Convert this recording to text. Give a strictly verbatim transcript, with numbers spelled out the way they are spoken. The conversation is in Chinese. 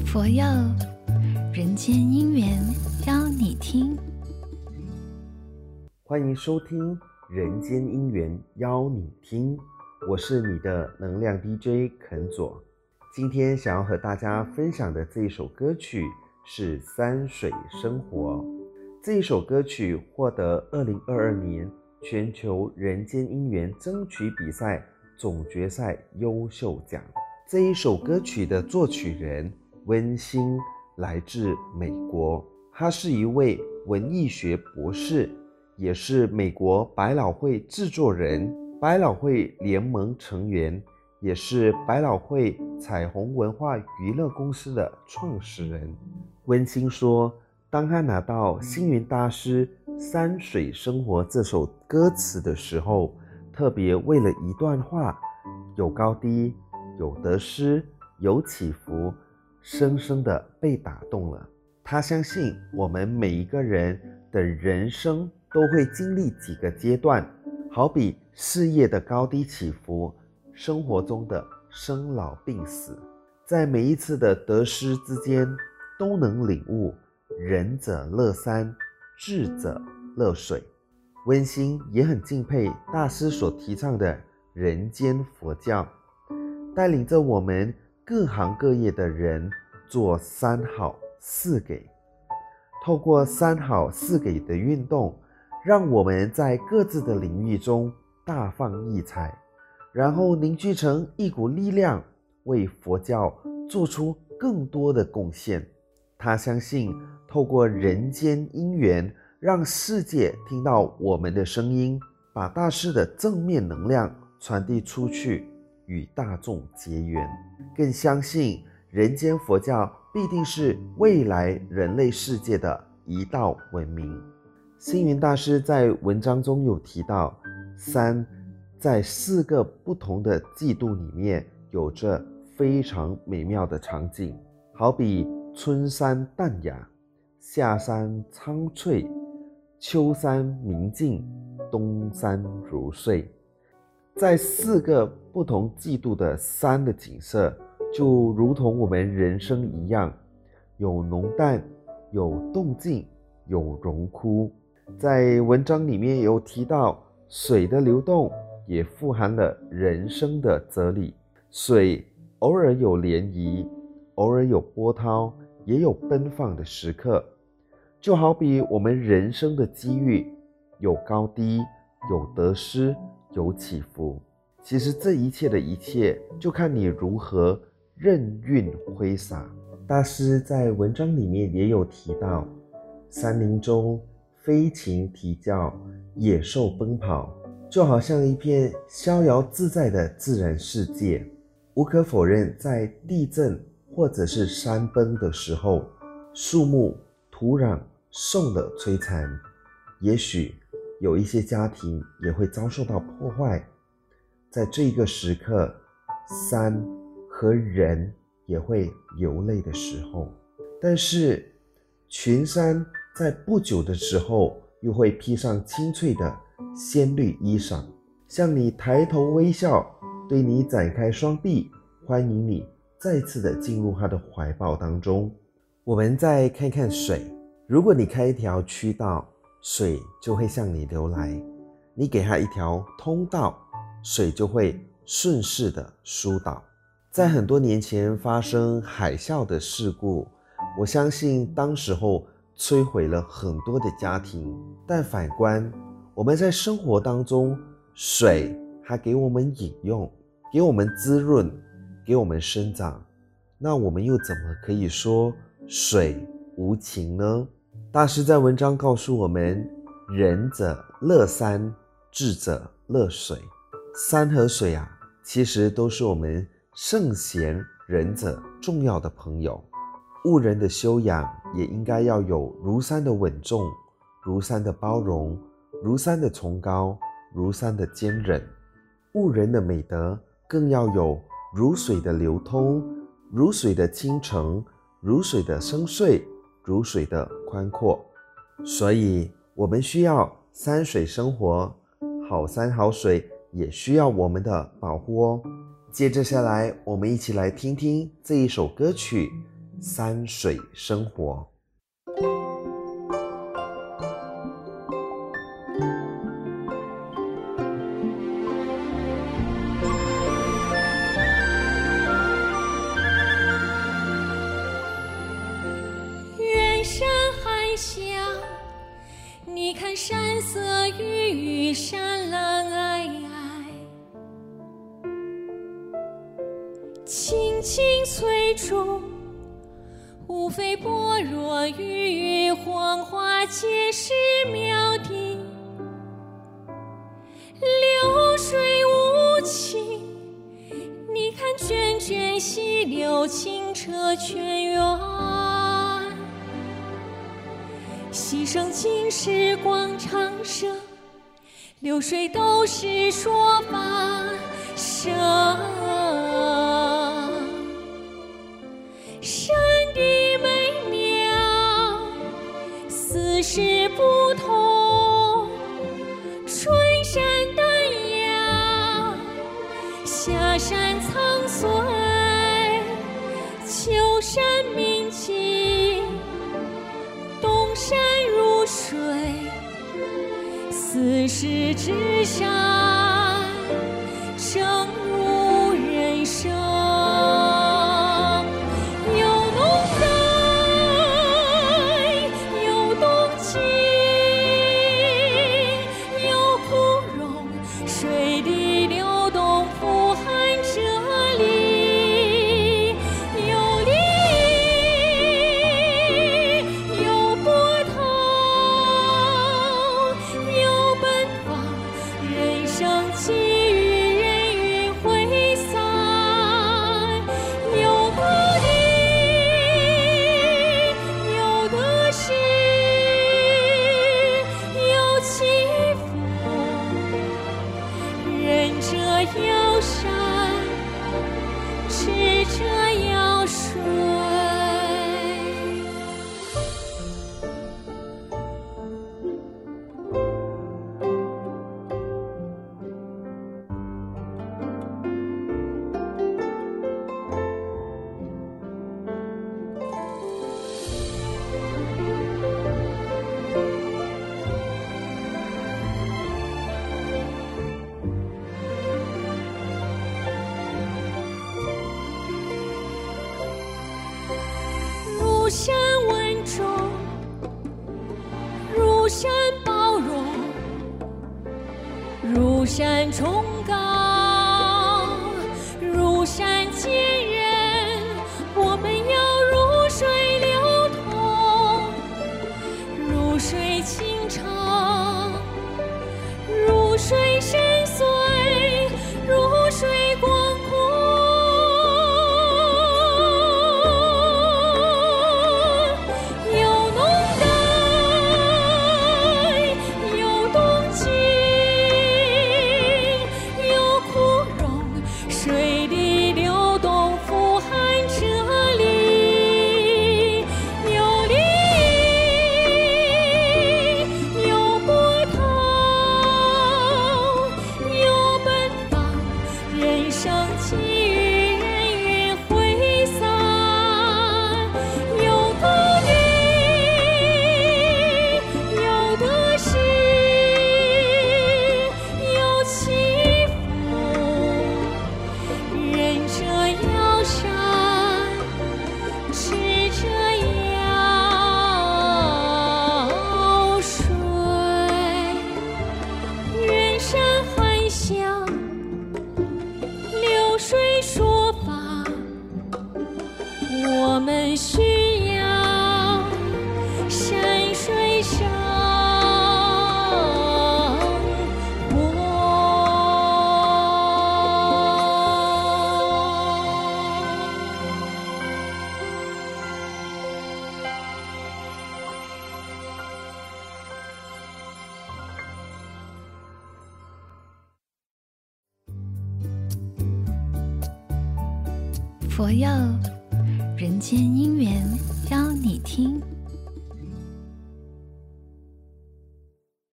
佛佑人间姻缘邀你听。 欢迎收听人间姻缘邀你听，我是你的能量 D J 肯佐。今天想要和大家分享的这一首歌曲是山水生活。这一首歌曲获得二零二二年全球人间姻缘争取比赛总决赛优秀奖。这一首歌曲的作曲人温馨来自美国，他是一位文艺学博士，也是美国百老汇制作人、百老汇联盟成员，也是百老汇彩虹文化娱乐公司的创始人。温馨说，当他拿到星云大师《山水生活》这首歌词的时候，特别为了一段话，有高低，有得失，有起伏，深深地被打动了。他相信我们每一个人的人生都会经历几个阶段，好比事业的高低起伏，生活中的生老病死，在每一次的得失之间都能领悟仁者乐山，智者乐水。温馨也很敬佩大师所提倡的人间佛教，带领着我们各行各业的人做三好四给。透过三好四给的运动，让我们在各自的领域中大放异彩，然后凝聚成一股力量，为佛教做出更多的贡献。他相信透过人间姻缘，让世界听到我们的声音，把大师的正面能量传递出去，与大众结缘。更相信人间佛教必定是未来人类世界的一道文明。星云大师在文章中有提到，山在四个不同的季度里面有着非常美妙的场景，好比春山淡雅，夏山苍翠，秋山明净，冬山如睡。在四个不同季度的山的景色，就如同我们人生一样，有浓淡，有动静，有荣枯。在文章里面有提到，水的流动也富含了人生的哲理。水偶尔有涟漪，偶尔有波涛，也有奔放的时刻。就好比我们人生的机遇，有高低，有得失，有起伏。其实这一切的一切，就看你如何任运挥洒。大师在文章里面也有提到，山林中飞禽啼叫，野兽奔跑，就好像一片逍遥自在的自然世界。无可否认，在地震或者是山崩的时候，树木土壤受了摧残，也许有一些家庭也会遭受到破坏。在这个时刻，山和人也会流泪的时候，但是群山在不久的时候又会披上青翠的鲜绿衣裳，向你抬头微笑，对你展开双臂，欢迎你再次的进入他的怀抱当中。我们再看看水，如果你开一条渠道，水就会向你流来；你给它一条通道，水就会顺势的疏导。在很多年前发生海啸的事故，我相信当时候摧毁了很多的家庭，但反观我们在生活当中，水还给我们饮用，给我们滋润，给我们生长，那我们又怎么可以说水无情呢？大师在文章告诉我们，仁者乐山，智者乐水。山和水啊，其实都是我们圣贤仁者重要的朋友。悟人的修养也应该要有如山的稳重，如山的包容，如山的崇高，如山的坚韧。悟人的美德更要有如水的流通，如水的清澄，如水的深邃，如水的宽阔。所以我们需要山水生活，好山好水也需要我们的保护哦。接着下来，我们一起来听听这一首歌曲《 山水生活。 远山海峡，你看山色郁郁，山岚皑皑，青青翠竹，无非般若郁郁，黄花皆是妙谛。流水无情，你看涓涓溪流，清澈泉源。溪声尽是广场声，流水都是说法声。山的美妙，四时不同，春山丹阳，夏山苍翠，秋山明净，冬山如水，四时之山正如人生。腰山，吃着腰水。如山稳重，如山包容，如山崇高，如山坚韧。我们要如水流通，如水清澄，如水深邃，如水广阔。我们需要山水生活。 佛佑人间姻缘邀你听。